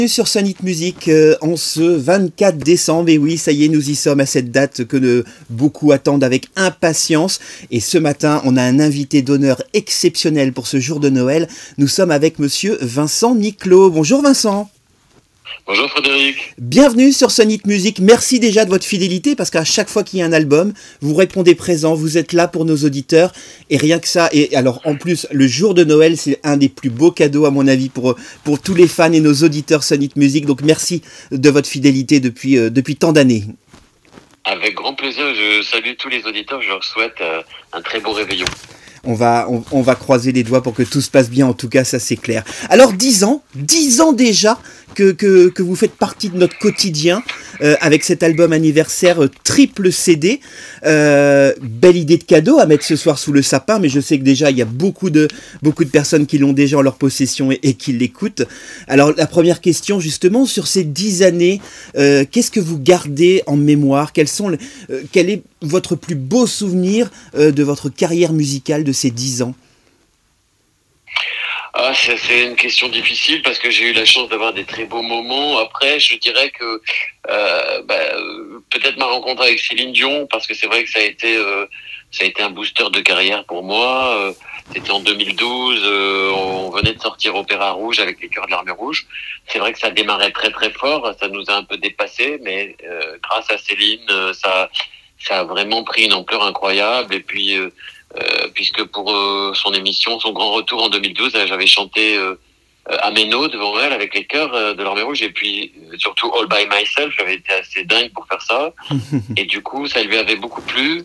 Sur Sonic Music en ce 24 décembre, et oui, ça y est, nous y sommes à cette date que beaucoup attendent avec impatience. Et ce matin, on a un invité d'honneur exceptionnel pour ce jour de Noël. Nous sommes avec monsieur Vincent Niclot. Bonjour Vincent. Bonjour Frédéric. Bienvenue sur Sonic Music. Merci déjà de votre fidélité parce qu'à chaque fois qu'il y a un album, vous répondez présent, vous êtes là pour nos auditeurs et rien que ça. Et alors en plus, le jour de Noël, c'est un des plus beaux cadeaux à mon avis pour tous les fans et nos auditeurs Sonic Music. Donc merci de votre fidélité depuis tant d'années. Avec grand plaisir, je salue tous les auditeurs, je leur souhaite un très beau réveillon. On va croiser les doigts pour que tout se passe bien, en tout cas ça c'est clair. Alors 10 ans déjà que vous faites partie de notre quotidien avec cet album anniversaire triple CD. Belle idée de cadeau à mettre ce soir sous le sapin, mais je sais que déjà il y a beaucoup de personnes qui l'ont déjà en leur possession et qui l'écoutent. Alors la première question justement, sur ces 10 années, qu'est-ce que vous gardez en mémoire ? Quel est votre plus beau souvenir de votre carrière musicale de ces 10 ans ? C'est une question difficile parce que j'ai eu la chance d'avoir des très beaux moments. Après, je dirais que peut-être ma rencontre avec Céline Dion, parce que c'est vrai que ça a été un booster de carrière pour moi. C'était en 2012, on venait de sortir Opéra Rouge avec les Chœurs de l'Armée Rouge. C'est vrai que ça démarrait très très fort, ça nous a un peu dépassé, mais grâce à Céline, ça a vraiment pris une ampleur incroyable. Et puis puisque pour son émission, son grand retour en 2012, j'avais chanté Ameno devant elle avec les Chœurs de l'Armée Rouge, et puis surtout All by Myself. J'avais été assez dingue pour faire ça, et du coup ça lui avait beaucoup plu,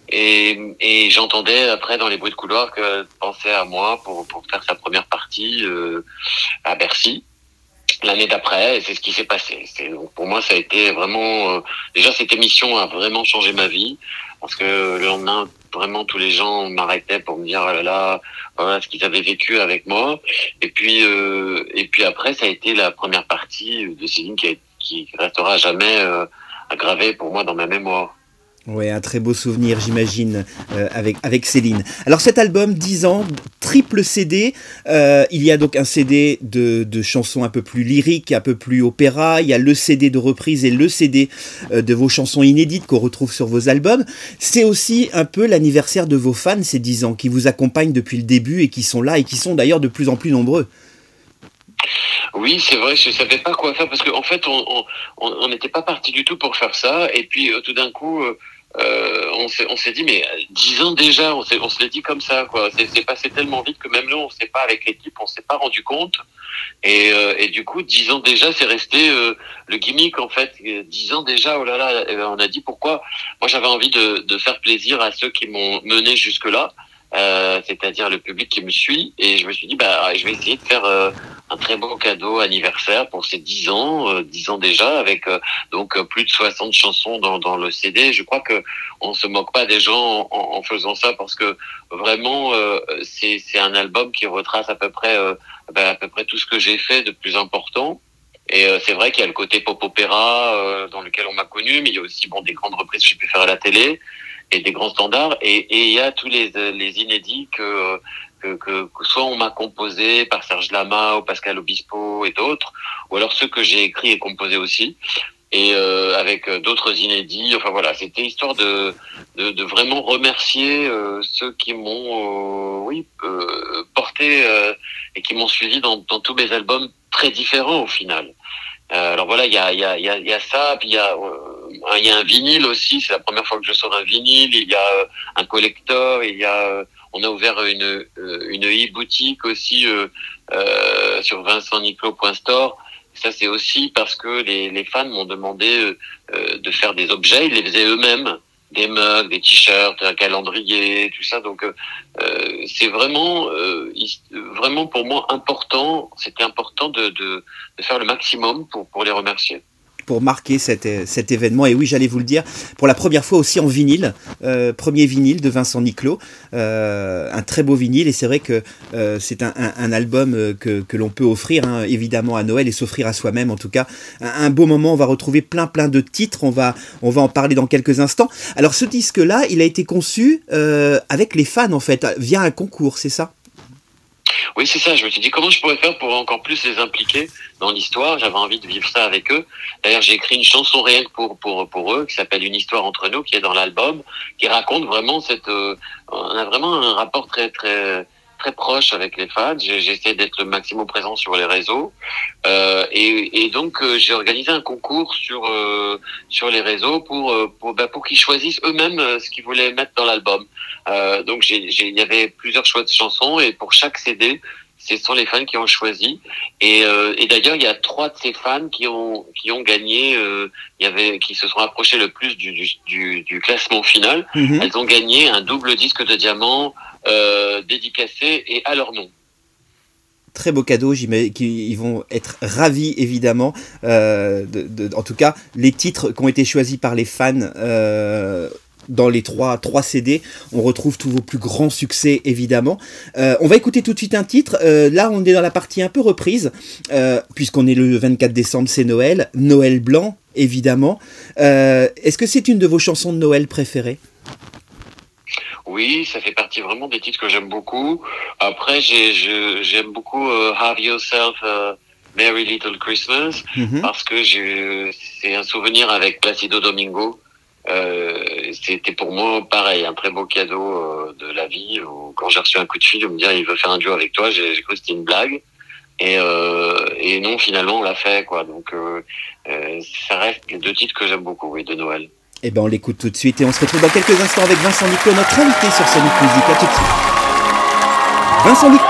et j'entendais après dans les bruits de couloir qu'elle pensait à moi pour faire sa première partie à Bercy l'année d'après, et c'est ce qui s'est passé. Donc pour moi, ça a été vraiment... déjà, cette émission a vraiment changé ma vie, parce que le lendemain, vraiment, tous les gens m'arrêtaient pour me dire, oh là là, voilà ce qu'ils avaient vécu avec moi. Et puis après, ça a été la première partie de Céline qui restera à jamais gravée pour moi dans ma mémoire. Ouais, un très beau souvenir, j'imagine, avec Céline. Alors cet album, 10 ans, triple CD, il y a donc un CD de chansons un peu plus lyriques, un peu plus opéra, il y a le CD de reprise et le CD de vos chansons inédites qu'on retrouve sur vos albums. C'est aussi un peu l'anniversaire de vos fans, ces 10 ans, qui vous accompagnent depuis le début et qui sont là et qui sont d'ailleurs de plus en plus nombreux. Oui, c'est vrai, je savais pas quoi faire parce qu'en fait, on n'était pas parti du tout pour faire ça, et puis tout d'un coup, on s'est dit, mais 10 ans déjà, on se l'est dit comme ça, quoi. C'est passé tellement vite que même nous, on s'est pas, avec l'équipe, on s'est pas rendu compte, et du coup, 10 ans déjà, c'est resté le gimmick, en fait. 10 ans déjà, oh là là, on a dit pourquoi. Moi, j'avais envie de faire plaisir à ceux qui m'ont mené jusque-là. C'est-à-dire le public qui me suit, et je me suis dit je vais essayer de faire un très beau cadeau anniversaire pour ces 10 ans, 10 ans déjà, avec donc plus de 60 chansons dans le CD. Je crois que on se moque pas des gens en faisant ça, parce que vraiment c'est un album qui retrace à peu près tout ce que j'ai fait de plus important. Et c'est vrai qu'il y a le côté pop-opéra dans lequel on m'a connu, mais il y a aussi des grandes reprises que j'ai pu faire à la télé et des grands standards, et il y a tous les inédits que soit on m'a composé par Serge Lama ou Pascal Obispo et d'autres, ou alors ceux que j'ai écrits et composés aussi, et avec d'autres inédits. Enfin voilà, c'était histoire de vraiment remercier ceux qui m'ont porté et qui m'ont suivi dans tous mes albums très différents au final. Alors voilà, il y a ça, puis il y a un vinyle aussi, c'est la première fois que je sors un vinyle. Il y a un collector, on a ouvert une e-boutique aussi sur vincentniclot.store. Ça, c'est aussi parce que les fans m'ont demandé de faire des objets, ils les faisaient eux-mêmes, des mugs, des t-shirts, un calendrier, tout ça. Donc c'est vraiment pour moi important. C'était important de faire le maximum pour les remercier. Pour marquer cet événement, et oui, j'allais vous le dire, pour la première fois aussi en vinyle, premier vinyle de Vincent Niclot, un très beau vinyle, et c'est vrai que c'est un album que l'on peut offrir évidemment à Noël, et s'offrir à soi-même en tout cas, un beau moment. On va retrouver plein de titres, on va en parler dans quelques instants. Alors ce disque-là, il a été conçu avec les fans en fait, via un concours, c'est ça ? Oui, c'est ça. Je me suis dit comment je pourrais faire pour encore plus les impliquer dans l'histoire. J'avais envie de vivre ça avec eux. D'ailleurs, j'ai écrit une chanson rien que pour eux, qui s'appelle Une histoire entre nous, qui est dans l'album, qui raconte vraiment on a vraiment un rapport très très très proche avec les fans. J'ai essayé d'être le maximum présent sur les réseaux, et donc j'ai organisé un concours sur les réseaux pour qu'ils choisissent eux-mêmes ce qu'ils voulaient mettre dans l'album. Donc il y avait plusieurs choix de chansons, et pour chaque CD, ce sont les fans qui ont choisi. Et d'ailleurs, il y a 3 de ces fans qui ont gagné. Qui se sont approchés le plus du classement final. Mhm. Elles ont gagné un double disque de diamant dédicacé et à leur nom. Très beau cadeau, j'imagine qu'ils vont être ravis évidemment. En tout cas, les titres qui ont été choisis par les fans dans les 3 CD, on retrouve tous vos plus grands succès évidemment. On va écouter tout de suite un titre. Là, on est dans la partie un peu reprise, puisqu'on est le 24 décembre, c'est Noël. Noël blanc, évidemment. Est-ce que c'est une de vos chansons de Noël préférées ? Oui, ça fait partie vraiment des titres que j'aime beaucoup. Après, j'aime beaucoup Have Yourself a Merry Little Christmas, parce que c'est un souvenir avec Placido Domingo. C'était pour moi pareil, un très beau cadeau de la vie. Quand j'ai reçu un coup de fil, de me dire il veut faire un duo avec toi, j'ai cru que c'était une blague. Et non, finalement, on l'a fait, quoi. Donc, ça reste les 2 titres que j'aime beaucoup, oui, de Noël. Eh ben on l'écoute tout de suite et on se retrouve dans quelques instants avec Vincent Niclot, notre invité sur Sonic Music. À tout de suite. Vincent Niclot.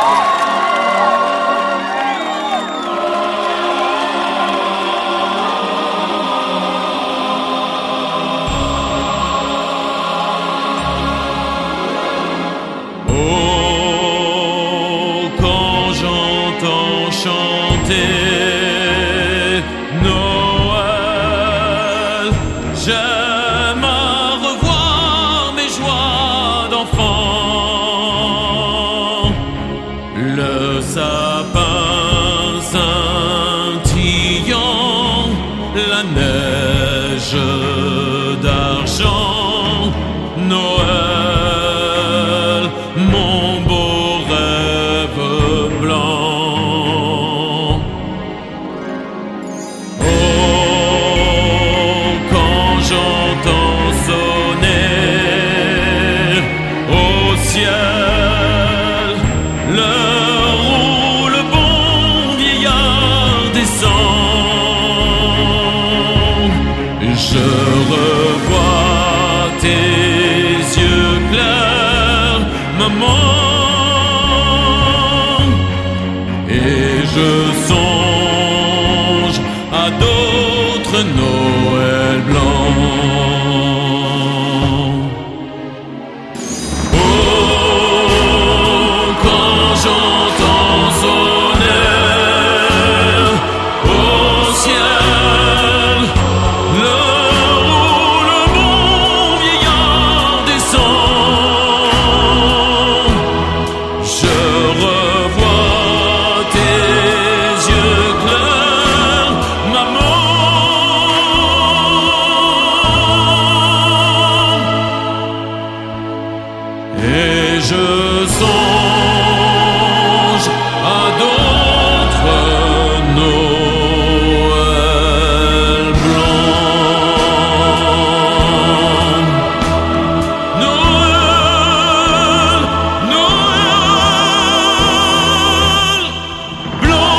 Oh, quand j'entends chanter Noël, j'aime à revoir mes joies d'enfant. Le sapin scintillant, la neige d'argent, Noël, mon beau rêve blanc. Oh, quand j'entends sonner au ciel l'heure où le bon vieillard descend, je revois tes yeux clairs, maman, et je songe à d'autres Noël blancs. Oh, quand j'entends sonner au ciel l'heure où le bon vieillard descend, je revois tes yeux clairs, maman, et je songe à d'autres Noël blancs. Noël, Noël blanc.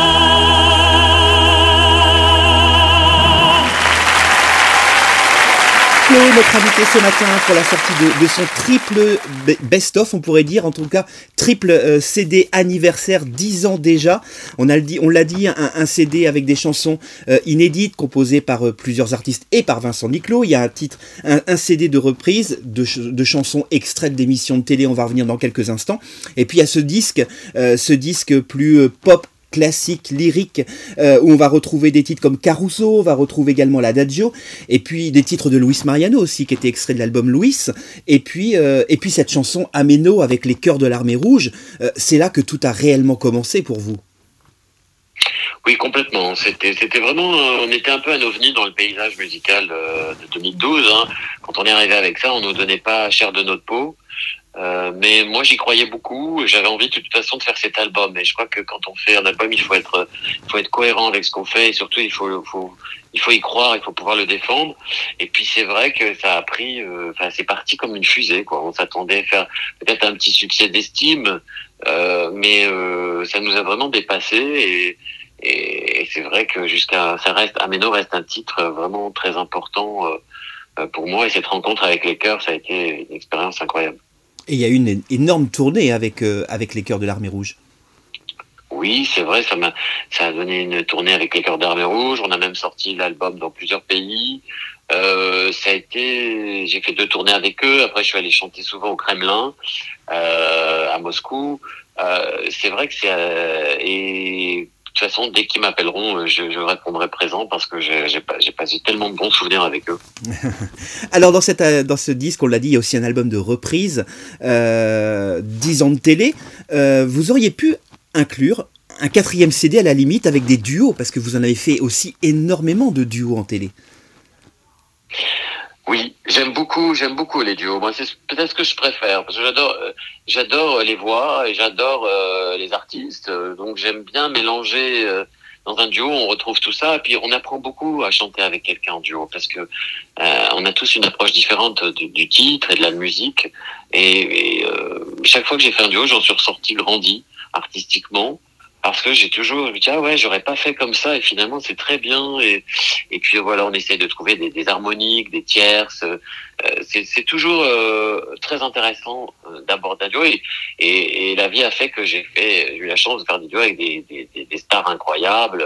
Claude, notre invité ce matin pour la sortie de son triple best-of, on pourrait dire, en tout cas triple CD anniversaire, 10 ans déjà. On l'a dit, un CD avec des chansons inédites composées par plusieurs artistes et par Vincent Niclot. Il y a un CD de reprise de chansons extraites d'émissions de télé, on va revenir dans quelques instants. Et puis il y a ce disque plus pop, classique, lyrique, où on va retrouver des titres comme Caruso, on va retrouver également l'Adagio, et puis des titres de Luis Mariano aussi, qui étaient extraits de l'album Luis, et puis cette chanson Ameno avec les chœurs de l'Armée Rouge. C'est là que tout a réellement commencé pour vous. Oui, complètement. C'était vraiment, on était un peu un ovni dans le paysage musical de 2012. Hein. Quand on est arrivé avec ça, on nous donnait pas cher de notre peau. Mais moi, j'y croyais beaucoup. J'avais envie de toute façon de faire cet album. Et je crois que quand on fait un album, il faut être cohérent avec ce qu'on fait. Et surtout, il faut y croire. Il faut pouvoir le défendre. Et puis, c'est vrai que ça a pris. C'est parti comme une fusée, quoi. On s'attendait à faire peut-être un petit succès d'estime, mais ça nous a vraiment dépassé. Et c'est vrai que Ameno reste un titre vraiment très important pour moi. Et cette rencontre avec les chœurs, ça a été une expérience incroyable. Et il y a eu une énorme tournée avec les Chœurs de l'Armée Rouge. Oui, c'est vrai, ça a donné une tournée avec les Chœurs de l'Armée Rouge. On a même sorti l'album dans plusieurs pays. J'ai fait 2 tournées avec eux. Après, je suis allé chanter souvent au Kremlin, à Moscou. C'est vrai que et de toute façon, dès qu'ils m'appelleront, je répondrai présent parce que j'ai passé tellement de bons souvenirs avec eux. Alors dans ce disque, on l'a dit, il y a aussi un album de reprise, 10 ans de télé. Vous auriez pu inclure un 4e CD à la limite avec des duos, parce que vous en avez fait aussi énormément de duos en télé. Oui, j'aime beaucoup les duos. Moi, c'est peut-être ce que je préfère parce que j'adore les voix et j'adore les artistes. Donc j'aime bien mélanger. Dans un duo, on retrouve tout ça et puis on apprend beaucoup à chanter avec quelqu'un en duo parce que on a tous une approche différente du titre et de la musique. Et chaque fois que j'ai fait un duo, j'en suis ressorti grandi artistiquement. Parce que j'ai toujours dit, ah ouais, j'aurais pas fait comme ça, et finalement, c'est très bien, et puis voilà, on essaie de trouver des harmoniques, des tierces, c'est toujours, très intéressant d'aborder un duo, et la vie a fait que j'ai eu la chance de faire des duos avec des stars incroyables,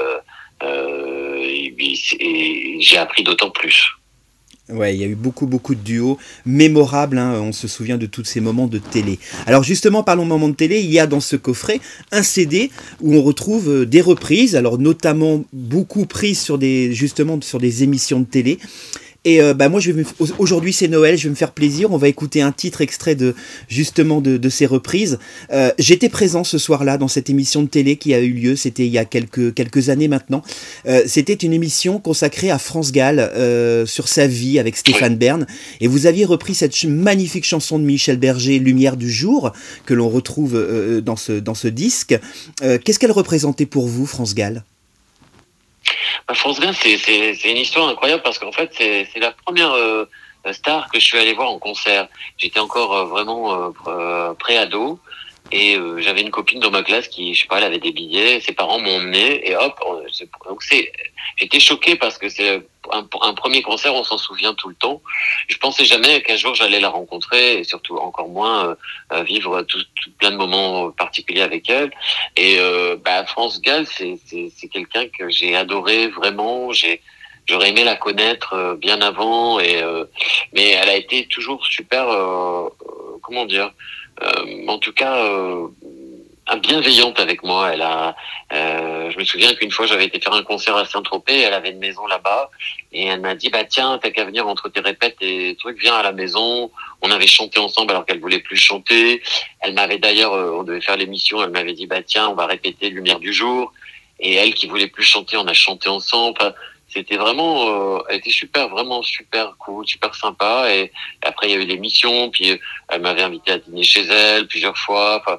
et j'ai appris d'autant plus. Ouais, il y a eu beaucoup de duos mémorables, hein, on se souvient de tous ces moments de télé. Alors justement, parlons moments de télé, il y a dans ce coffret un CD où on retrouve des reprises, alors notamment beaucoup prises sur des émissions de télé. Et moi, aujourd'hui c'est Noël, je vais me faire plaisir. On va écouter un titre extrait de ces reprises. J'étais présent ce soir-là dans cette émission de télé qui a eu lieu. C'était il y a quelques années maintenant. C'était une émission consacrée à France Gall sur sa vie avec Stéphane Bern. Et vous aviez repris cette magnifique chanson de Michel Berger, Lumière du jour, que l'on retrouve dans ce disque. Qu'est-ce qu'elle représentait pour vous, France Gall ? France Gall, c'est une histoire incroyable parce qu'en fait, c'est la première star que je suis allé voir en concert. J'étais encore vraiment pré-ado et j'avais une copine dans ma classe qui, je sais pas, elle avait des billets, ses parents m'ont emmené et hop, j'étais choqué parce que c'est un premier concert, on s'en souvient tout le temps. Je pensais jamais qu'un jour j'allais la rencontrer et surtout encore moins vivre tout plein de moments particuliers avec elle. Et France Gall, c'est quelqu'un que j'ai adoré vraiment. J'aurais aimé la connaître bien avant mais elle a été toujours super comment dire, en tout cas bienveillante avec moi. Je me souviens qu'une fois j'avais été faire un concert à Saint-Tropez, elle avait une maison là-bas et elle m'a dit tiens, t'as qu'à venir entre tes répètes et trucs, viens à la maison. On avait chanté ensemble alors qu'elle voulait plus chanter. Elle m'avait d'ailleurs, on devait faire l'émission, elle m'avait dit tiens, on va répéter Lumière du jour, et elle qui voulait plus chanter, on a chanté ensemble. Enfin, c'était vraiment, elle était vraiment super cool, super sympa. Et après il y a eu l'émission, puis elle m'avait invité à dîner chez elle plusieurs fois. Enfin,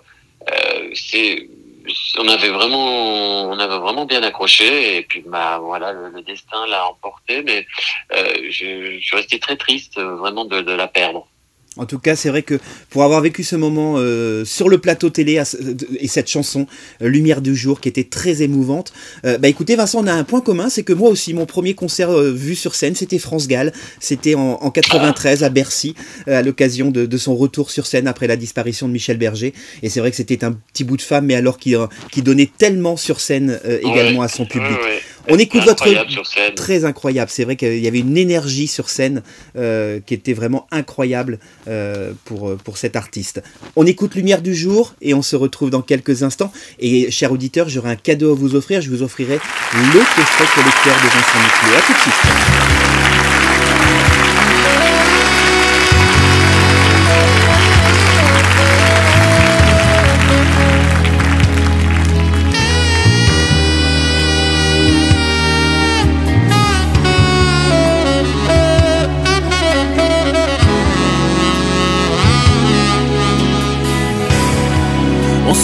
on avait vraiment bien accroché, et puis voilà, le destin l'a emporté, mais je suis resté très triste vraiment de la perdre. En tout cas, c'est vrai que pour avoir vécu ce moment sur le plateau télé et cette chanson Lumière du jour qui était très émouvante, écoutez Vincent, on a un point commun, c'est que moi aussi mon premier concert vu sur scène, c'était France Gall, c'était en 93 à Bercy, à l'occasion de son retour sur scène après la disparition de Michel Berger. Et c'est vrai que c'était un petit bout de femme, mais alors qui donnait tellement sur scène également à son public. Ouais. On écoute votre très incroyable. C'est vrai qu'il y avait une énergie sur scène qui était vraiment incroyable pour cet artiste. On écoute Lumière du jour et on se retrouve dans quelques instants. Et chers auditeurs, j'aurai un cadeau à vous offrir. Je vous offrirai le coffret collecteur de Vincent Niclot. À tout de suite.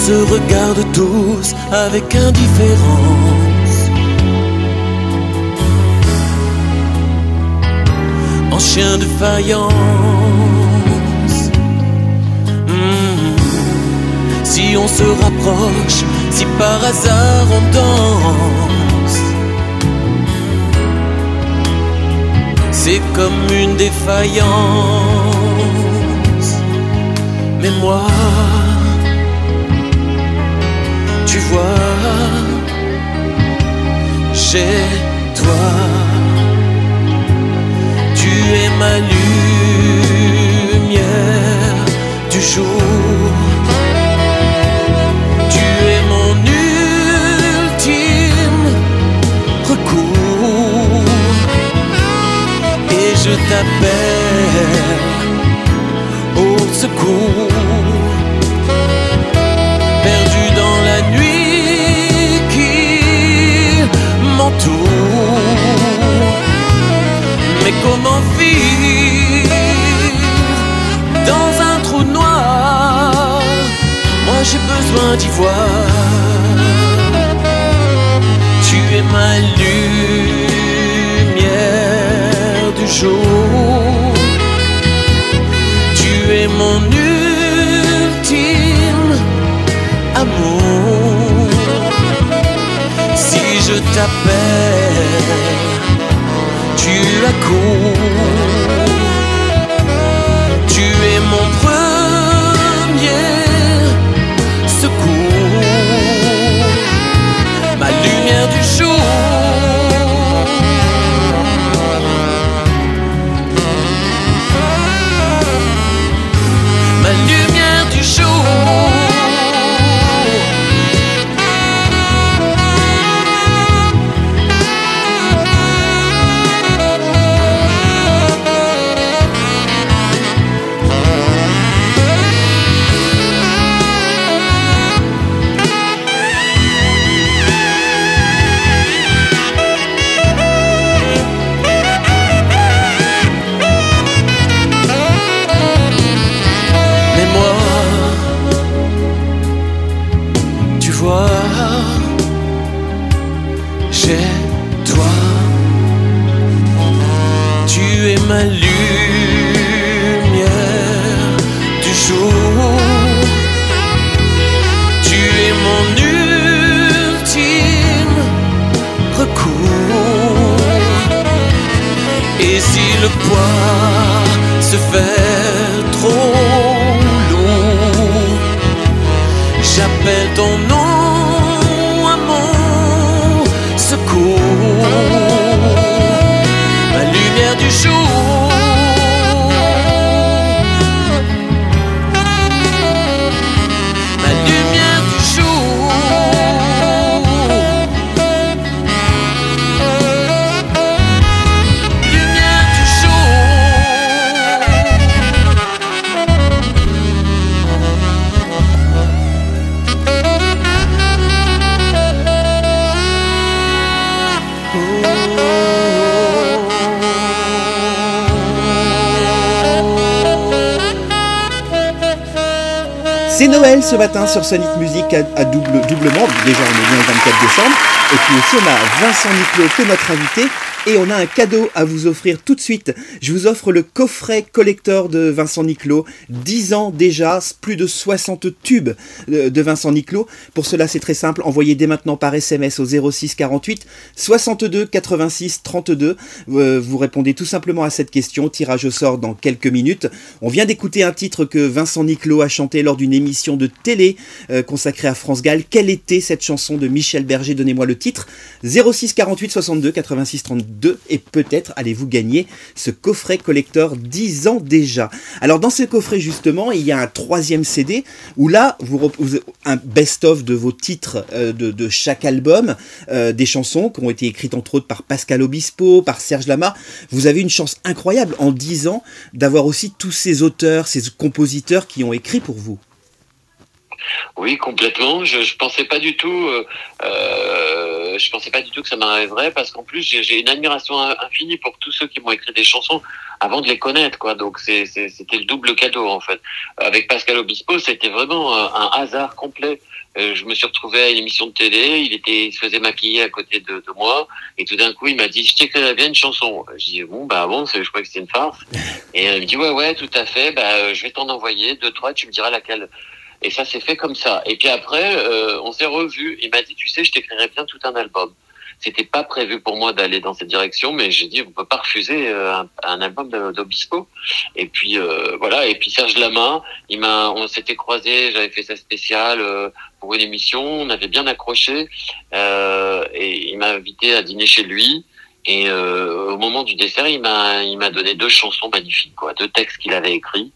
se regarde tous avec indifférence, en chien de faïence. Si on se rapproche, si par hasard on danse, c'est comme une défaillance. Mais moi, tu vois, j'ai toi. Tu es ma lumière du jour. Tu es mon ultime recours. Et je t'appelle au secours, perdu dans la nuit qui m'entoure. Mais comment vivre dans un trou noir? Moi j'ai besoin d'y voir. Tu es ma lumière du jour. Tu es mon ultime amour. Si je t'appelle, tu accours. Tu es mon premier secours, ma lumière du jour. Ma lumière du jour. J'ai toi, tu es ma lumière du jour. Tu es mon ultime recours. Et si le poids se fait trop lourd, j'appelle ton nom à mon secours, ma lumière du jour. Ma lumière du jour. Lumière du jour. C'est Noël ce matin sur Sonic Music à doublement. Déjà, on est bien le 24 décembre. Et puis aussi, on a Vincent Niclot qui est notre invité. Et on a un cadeau à vous offrir tout de suite. Je vous offre le coffret collector de Vincent Niclot. 10 ans déjà, plus de 60 tubes de Vincent Niclot. Pour cela, c'est très simple. Envoyez dès maintenant par SMS au 06 48 62 86 32. Vous répondez tout simplement à cette question. Tirage au sort dans quelques minutes. On vient d'écouter un titre que Vincent Niclot a chanté lors d'une émission de télé consacrée à France Gall. Quelle était cette chanson de Michel Berger? Donnez-moi le titre. 06 48 62 86 32. Et peut-être allez-vous gagner ce coffret collector 10 ans déjà. Alors dans ce coffret justement, il y a un 3e CD où là, vous un best-of de vos titres de chaque album, des chansons qui ont été écrites entre autres par Pascal Obispo, par Serge Lama. Vous avez une chance incroyable en 10 ans d'avoir aussi tous ces auteurs, ces compositeurs qui ont écrit pour vous. Oui, complètement. Je pensais pas du tout. Je pensais pas du tout que ça m'arriverait parce qu'en plus j'ai une admiration infinie pour tous ceux qui m'ont écrit des chansons avant de les connaître, quoi. Donc c'était le double cadeau en fait. Avec Pascal Obispo, c'était vraiment un hasard complet. Je me suis retrouvé à une émission de télé. Il se faisait maquiller à côté de moi et tout d'un coup il m'a dit je t'écrirai bien une chanson. Je dis bon, je crois que c'était une farce. Et il me dit ouais tout à fait. Je vais t'en envoyer 2-3. Tu me diras laquelle. Et ça s'est fait comme ça. Et puis après, on s'est revus. Il m'a dit, tu sais, je t'écrirai bien tout un album. C'était pas prévu pour moi d'aller dans cette direction, mais j'ai dit, on peut pas refuser un album d'Obispo. Et puis voilà. Et puis Serge Lama, on s'était croisés. J'avais fait sa spéciale pour une émission. On avait bien accroché. Et il m'a invité à dîner chez lui. Et au moment du dessert, il m'a donné 2 chansons magnifiques, quoi, 2 textes qu'il avait écrits.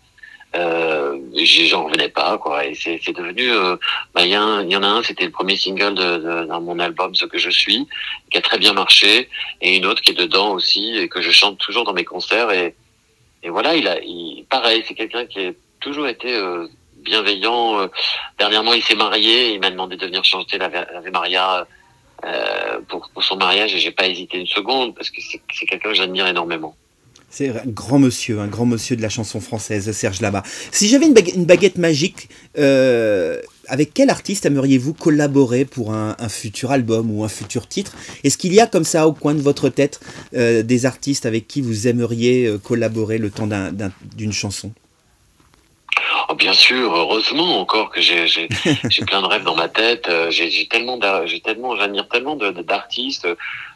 J'en revenais pas, quoi, et c'est devenu il y en a un, c'était le premier single dans mon album Ce que je suis, qui a très bien marché, et une autre qui est dedans aussi et que je chante toujours dans mes concerts, et voilà, pareil, c'est quelqu'un qui a toujours été bienveillant. Dernièrement il s'est marié, il m'a demandé de venir chanter l'Ave Maria pour son mariage, et j'ai pas hésité une seconde parce que c'est quelqu'un que j'admire énormément. C'est un grand monsieur de la chanson française, Serge Lama. Si j'avais une baguette magique, avec quel artiste aimeriez-vous collaborer pour un futur album ou un futur titre ? Est-ce qu'il y a comme ça au coin de votre tête des artistes avec qui vous aimeriez collaborer le temps d'une chanson ? Oh, bien sûr, heureusement encore que j'ai plein de rêves dans ma tête. J'admire tellement d'artistes.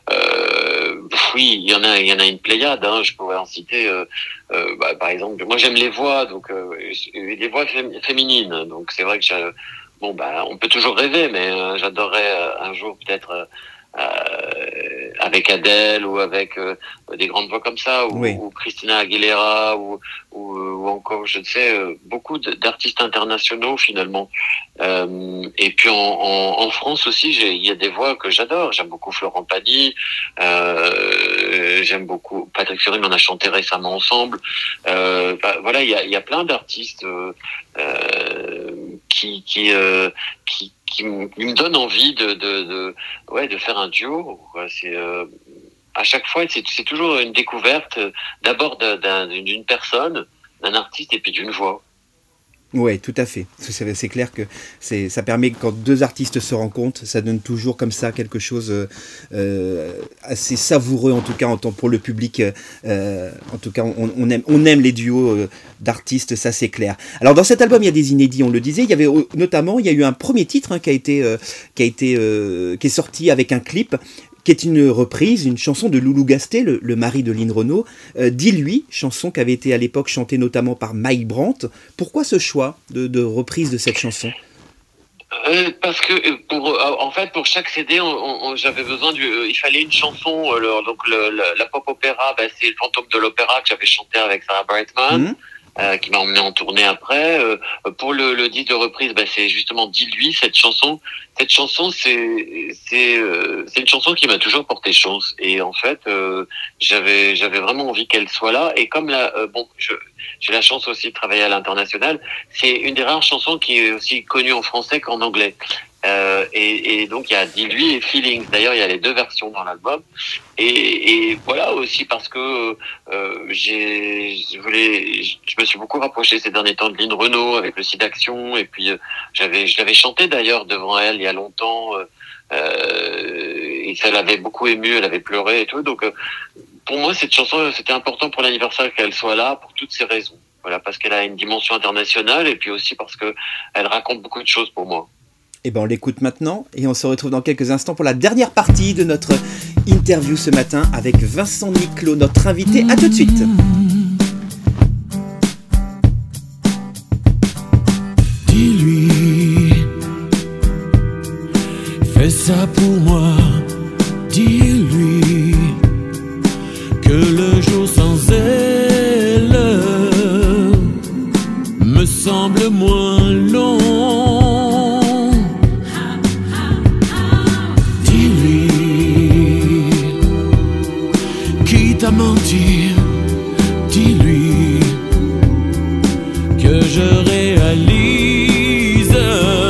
Oui, il y en a une pléiade. Je pourrais en citer. Par exemple, moi j'aime les voix, donc les voix féminines. Donc c'est vrai que on peut toujours rêver, mais j'adorerais un jour peut-être. Avec Adele ou avec des grandes voix comme ça, ou Christina Aguilera, ou encore, je ne sais, beaucoup d'artistes internationaux finalement. Et puis en France aussi, il y a des voix que j'adore. J'aime beaucoup Florent Pagny, j'aime beaucoup Patrick Fiori, on a chanté récemment ensemble. Voilà, il y a plein d'artistes qui me donne envie de faire un duo. C'est à chaque fois, c'est toujours une découverte, d'abord d'une personne, d'un artiste, et puis d'une voix. Oui, tout à fait. C'est clair que ça permet, quand 2 artistes se rencontrent, ça donne toujours comme ça quelque chose assez savoureux, en tout cas pour le public. En tout cas, on aime les duos d'artistes, ça c'est clair. Alors dans cet album, il y a des inédits, on le disait. Il y a eu un premier titre qui est sorti avec un clip, qui est une reprise, une chanson de Loulou Gasté, le mari de Lynn Renaud, Dis-lui, chanson qui avait été à l'époque chantée notamment par Mike Brandt. Pourquoi ce choix de reprise de cette chanson ? Parce que pour chaque CD, j'avais besoin il fallait une chanson. Donc la pop opéra, c'est le Fantôme de l'opéra que j'avais chanté avec Sarah Brightman. Qui m'a emmené en tournée après. Pour le disque de reprise, c'est justement Dis-lui, cette chanson. Cette chanson, c'est une chanson qui m'a toujours porté chance. Et en fait, j'avais vraiment envie qu'elle soit là. Et comme j'ai la chance aussi de travailler à l'international, c'est une des rares chansons qui est aussi connue en français qu'en anglais. Et donc il y a Dis-lui et Feelings. D'ailleurs, il y a les 2 versions dans l'album. Et voilà aussi parce que je me suis beaucoup rapproché ces derniers temps de Lynn Renaud avec le site d'Action, et puis je l'avais chanté d'ailleurs devant elle il y a longtemps, et ça l'avait beaucoup émue, elle avait pleuré et tout. Donc pour moi cette chanson, c'était important pour l'anniversaire qu'elle soit là pour toutes ces raisons. Voilà, parce qu'elle a une dimension internationale, et puis aussi parce que elle raconte beaucoup de choses pour moi. Eh ben on l'écoute maintenant, et on se retrouve dans quelques instants pour la dernière partie de notre interview ce matin avec Vincent Niclot, notre invité. À tout de suite. Dis-lui, fais ça pour moi. Dis-lui que le jour sans elle me semble moins long. Mentir, dis-lui que je réalise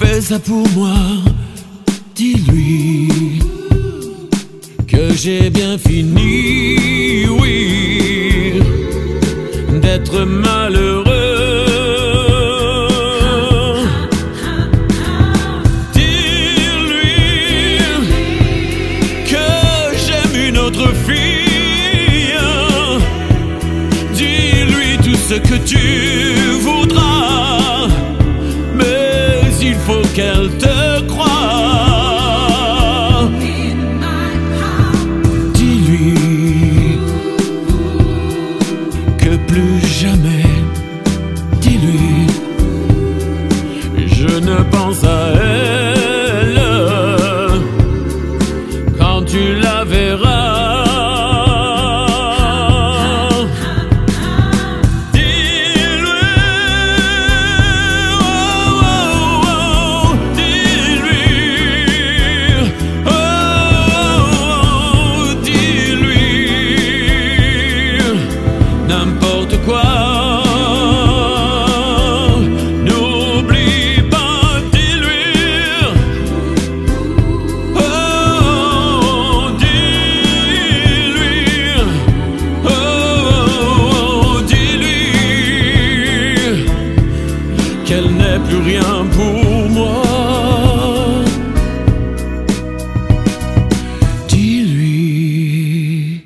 fais ça pour moi, dis-lui que j'ai bien fini, oui, d'être malheureux. Dis-lui que j'aime une autre fille. Dis-lui tout ce que tu voudras, mais il faut qu'elle te croie. Dis-lui que plus jamais, dis-lui, je ne pense à elle quand tu la verras. Qu'elle n'est plus rien pour moi. Dis-lui.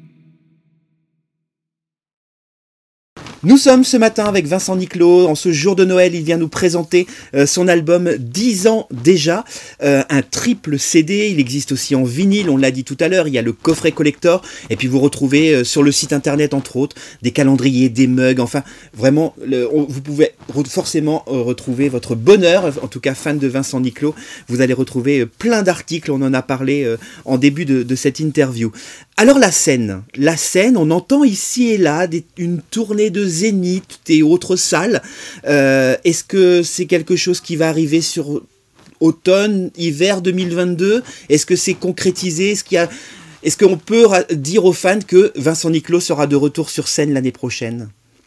Nous sommes ce matin avec Vincent Niclot. En ce jour de Noël, il vient nous présenter son album 10 ans déjà, un triple CD. Il existe aussi en vinyle, on l'a dit tout à l'heure. Il y a le coffret collector. Et puis vous retrouvez sur le site internet, entre autres, des calendriers, des mugs. Enfin, vraiment, vous pouvez forcément retrouver votre bonheur. En tout cas, fan de Vincent Niclot, vous allez retrouver plein d'articles. On en a parlé en début de cette interview. Alors la scène, on entend ici et là une tournée de Zénith et autres salles. Est-ce que c'est quelque chose qui va arriver sur automne, hiver 2022 ? Est-ce que c'est concrétisé ? Est-ce qu'on peut dire aux fans que Vincent Niclot sera de retour sur scène l'année prochaine ?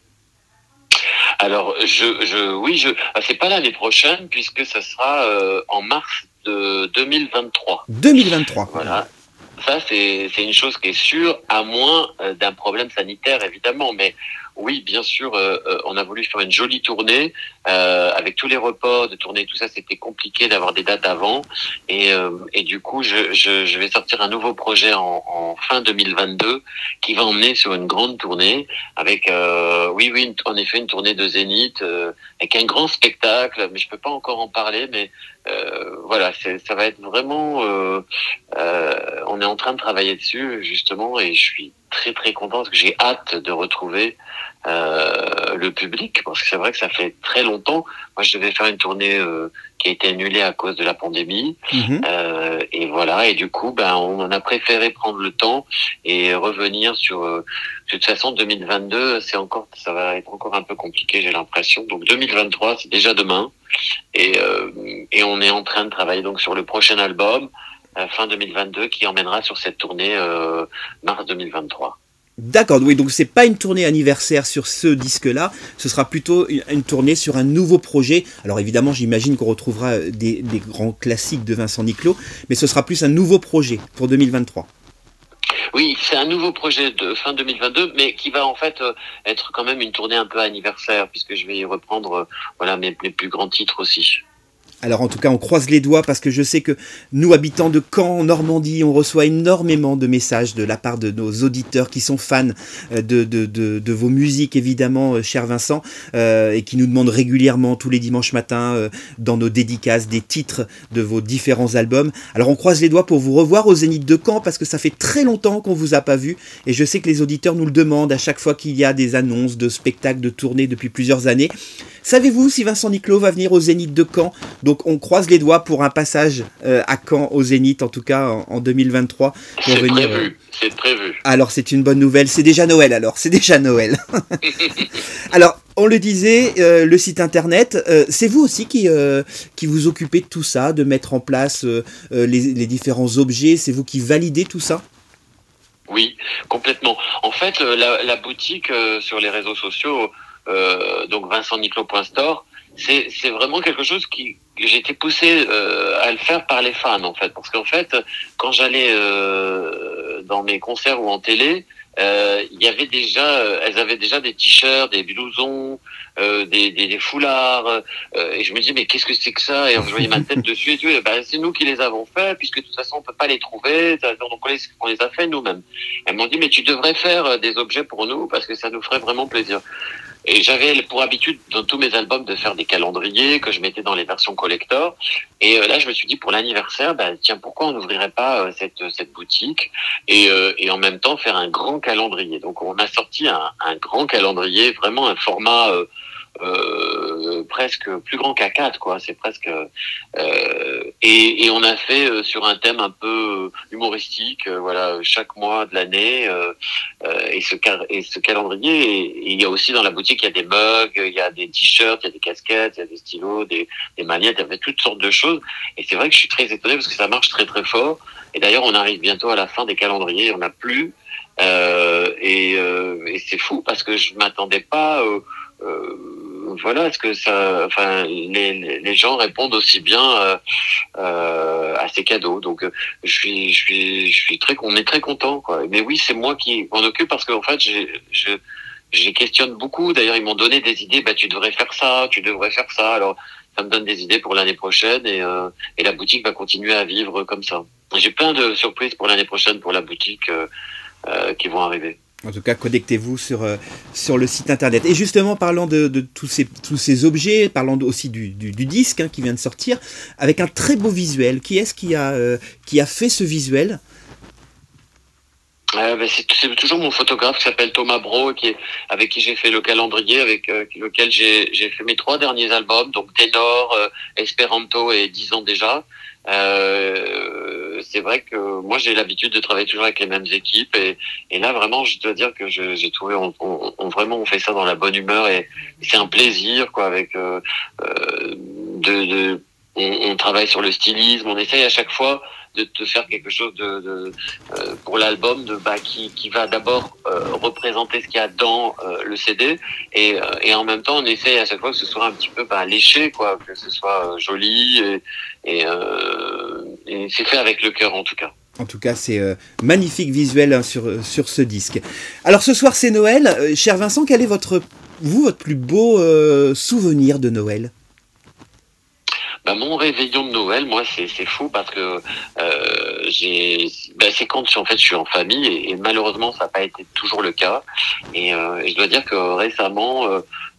Alors, c'est pas l'année prochaine puisque ça sera en mars de 2023. 2023. Voilà. Ça, c'est une chose qui est sûre, à moins d'un problème sanitaire, évidemment. Mais oui, bien sûr, on a voulu faire une jolie tournée. Avec tous les reports de tournée, tout ça, c'était compliqué d'avoir des dates avant. Et du coup, je vais sortir un nouveau projet en fin 2022 qui va emmener sur une grande tournée avec, en effet, une tournée de Zénith avec un grand spectacle. Mais je peux pas encore en parler, mais voilà, ça va être vraiment... on est en train de travailler dessus, justement, et je suis très très content parce que j'ai hâte de retrouver le public, parce que c'est vrai que ça fait très longtemps. Moi, je devais faire une tournée qui a été annulée à cause de la pandémie. Et voilà, et du coup, on a préféré prendre le temps et revenir sur... de toute façon, 2022, ça va être encore un peu compliqué, j'ai l'impression. Donc 2023, c'est déjà demain. Et on est en train de travailler donc sur le prochain album, fin 2022, qui emmènera sur cette tournée mars 2023. D'accord, oui, donc c'est pas une tournée anniversaire sur ce disque-là, ce sera plutôt une tournée sur un nouveau projet. Alors évidemment, j'imagine qu'on retrouvera des grands classiques de Vincent Niclot, mais ce sera plus un nouveau projet pour 2023. Oui, c'est un nouveau projet de fin 2022, mais qui va en fait être quand même une tournée un peu anniversaire, puisque je vais y reprendre mes plus grands titres aussi. Alors en tout cas, on croise les doigts parce que je sais que nous, habitants de Caen, en Normandie, on reçoit énormément de messages de la part de nos auditeurs qui sont fans de vos musiques, évidemment, cher Vincent, et qui nous demandent régulièrement, tous les dimanches matins, dans nos dédicaces, des titres de vos différents albums. Alors on croise les doigts pour vous revoir au Zénith de Caen parce que ça fait très longtemps qu'on vous a pas vu, et je sais que les auditeurs nous le demandent à chaque fois qu'il y a des annonces de spectacles, de tournées depuis plusieurs années. Savez-vous si Vincent Niclot va venir au Zénith de Caen ? Donc on croise les doigts pour un passage à Caen au Zénith, en tout cas en 2023. Pour c'est venir, prévu, c'est prévu. Alors c'est une bonne nouvelle, c'est déjà Noël alors, c'est déjà Noël. Alors on le disait, le site internet, c'est vous aussi qui vous occupez de tout ça, de mettre en place les différents objets, c'est vous qui validez tout ça ? Oui, complètement. En fait, la boutique sur les réseaux sociaux, donc vincentniclot.store, c'est vraiment quelque chose que j'ai été poussé à le faire par les fans en fait, parce qu'en fait quand j'allais dans mes concerts ou en télé, il y avait déjà, elles avaient déjà des t-shirts, des blousons, des foulards, et je me dis mais qu'est-ce que c'est que ça? Et je voyais ma tête dessus et tout. Et ben c'est nous qui les avons fait, puisque de toute façon on peut pas les trouver, donc on les a fait nous-mêmes. Elles m'ont dit mais tu devrais faire des objets pour nous parce que ça nous ferait vraiment plaisir. Et j'avais pour habitude dans tous mes albums de faire des calendriers que je mettais dans les versions collector. Et là, je me suis dit pour l'anniversaire, tiens, pourquoi on n'ouvrirait pas cette boutique et en même temps faire un grand calendrier. Donc on a sorti un grand calendrier, vraiment un format presque plus grand qu'A4 quoi. C'est presque et on a fait sur un thème un peu humoristique. Voilà, chaque mois de l'année et ce calendrier. Et il y a aussi dans la boutique, il y a des mugs, il y a des t-shirts, il y a des casquettes, il y a des stylos, des manettes, il y avait toutes sortes de choses. Et c'est vrai que je suis très étonné parce que ça marche très très fort. Et d'ailleurs, on arrive bientôt à la fin des calendriers, on n'a plus. Et c'est fou parce que je m'attendais pas. Voilà, est-ce que ça, enfin, les gens répondent aussi bien à ces cadeaux. Donc, je suis on est très content, quoi. Mais oui, c'est moi qui m'en occupe parce qu'en fait, je questionne beaucoup. D'ailleurs, ils m'ont donné des idées. Tu devrais faire ça, tu devrais faire ça. Alors, ça me donne des idées pour l'année prochaine et la boutique va continuer à vivre comme ça. J'ai plein de surprises pour l'année prochaine pour la boutique qui vont arriver. En tout cas, connectez-vous sur le site internet. Et justement, parlant de tous ces objets, parlant aussi du disque qui vient de sortir, avec un très beau visuel. Qui est-ce qui a fait ce visuel ? C'est toujours mon photographe qui s'appelle Thomas Bro, avec qui j'ai fait le calendrier, avec lequel j'ai fait mes 3 derniers albums, donc Ténor, Espéranto et 10 ans déjà. C'est vrai que moi j'ai l'habitude de travailler toujours avec les mêmes équipes et là vraiment je dois dire que j'ai trouvé vraiment on fait ça dans la bonne humeur et c'est un plaisir quoi avec on travaille sur le stylisme, on essaye à chaque fois de faire quelque chose pour l'album qui va d'abord représenter ce qu'il y a dans le CD et en même temps on essaye à chaque fois que ce soit un petit peu léché quoi, que ce soit joli et c'est fait avec le cœur en tout cas. En tout cas, c'est magnifique visuel sur ce disque. Alors ce soir c'est Noël, cher Vincent, quel est votre plus beau souvenir de Noël ? Mon réveillon de Noël, moi, c'est fou parce que c'est quand en fait je suis en famille et malheureusement ça n'a pas été toujours le cas et je dois dire que récemment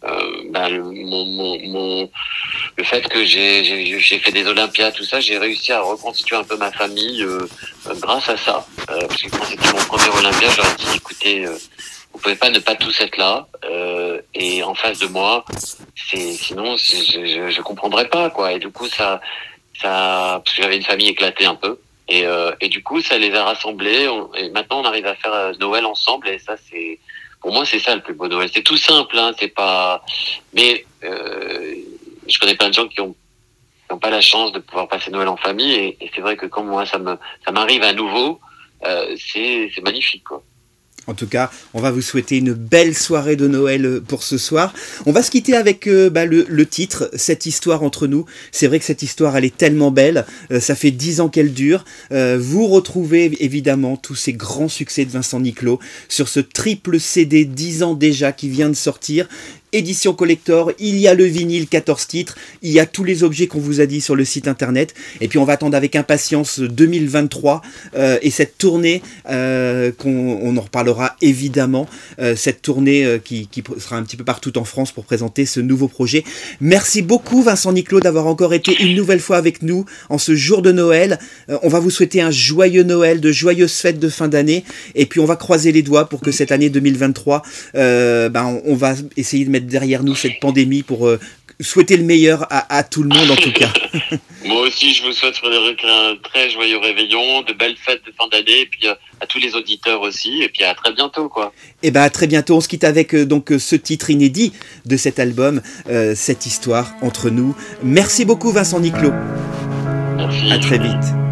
le fait que j'ai fait des Olympiades, tout ça, j'ai réussi à reconstituer un peu ma famille grâce à ça. Parce que quand c'était mon premier Olympia, je leur ai dit écoutez, vous pouvez pas ne pas tous être là et en face de moi, sinon je comprendrais pas quoi. Et du coup ça parce que j'avais une famille éclatée un peu et du coup ça les a rassemblés et maintenant on arrive à faire Noël ensemble et ça c'est pour moi c'est ça le plus beau Noël. C'est tout simple c'est pas mais je connais plein de gens qui ont pas la chance de pouvoir passer Noël en famille et c'est vrai que quand moi ça m'arrive à nouveau c'est magnifique quoi. En tout cas, on va vous souhaiter une belle soirée de Noël pour ce soir. On va se quitter avec le titre, Cette histoire entre nous. C'est vrai que cette histoire, elle est tellement belle. Ça fait 10 ans qu'elle dure. Vous retrouvez évidemment tous ces grands succès de Vincent Niclot sur ce triple CD 10 ans déjà qui vient de sortir. Édition collector, il y a le vinyle 14 titres, il y a tous les objets qu'on vous a dit sur le site internet et puis on va attendre avec impatience 2023 et cette tournée on en reparlera évidemment, cette tournée qui sera un petit peu partout en France pour présenter ce nouveau projet. Merci beaucoup Vincent Niclot d'avoir encore été une nouvelle fois avec nous en ce jour de Noël. On va vous souhaiter un joyeux Noël, de joyeuses fêtes de fin d'année et puis on va croiser les doigts pour que cette année 2023 on va essayer de mettre derrière nous cette pandémie pour souhaiter le meilleur à tout le monde en tout cas. Moi aussi je vous souhaite Frédéric un très joyeux réveillon, de belles fêtes de fin d'année et puis à tous les auditeurs aussi et puis à très bientôt quoi. Et à très bientôt, on se quitte avec donc ce titre inédit de cet album, Cette histoire entre nous. Merci beaucoup Vincent Niclot. Merci. À très vite.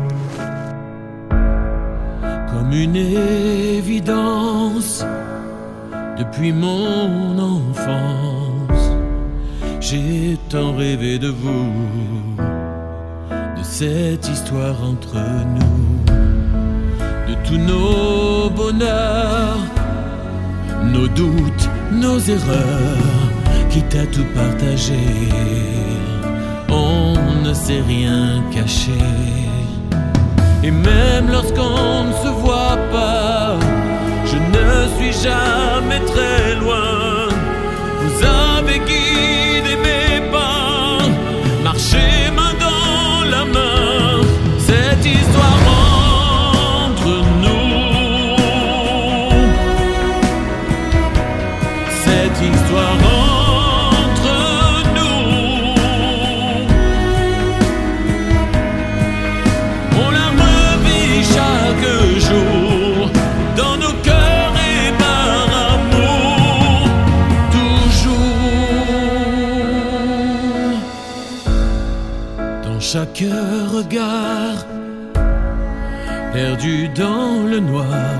Comme une évidence depuis mon enfance, J'ai tant rêvé de vous, de cette histoire entre nous, de tous nos bonheurs, nos doutes, nos erreurs, quitte à tout partager. On ne s'est rien caché. Et même lorsqu'on ne se voit pas, je ne suis jamais très loin. Vous avez guidé mes pas, marché main dans la main. Cette histoire entre nous, cette histoire entre nous, on la revit chaque jour dans nos cœurs et par amour toujours. Dans chaque regard perdu dans le noir,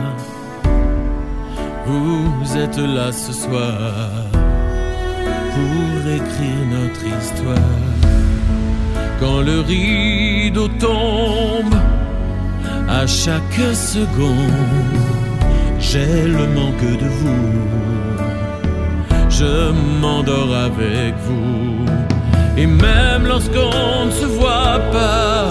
vous êtes là ce soir pour écrire notre histoire. Quand le rideau tombe, à chaque seconde, j'ai le manque de vous. Je m'endors avec vous. Et même lorsqu'on ne se voit pas,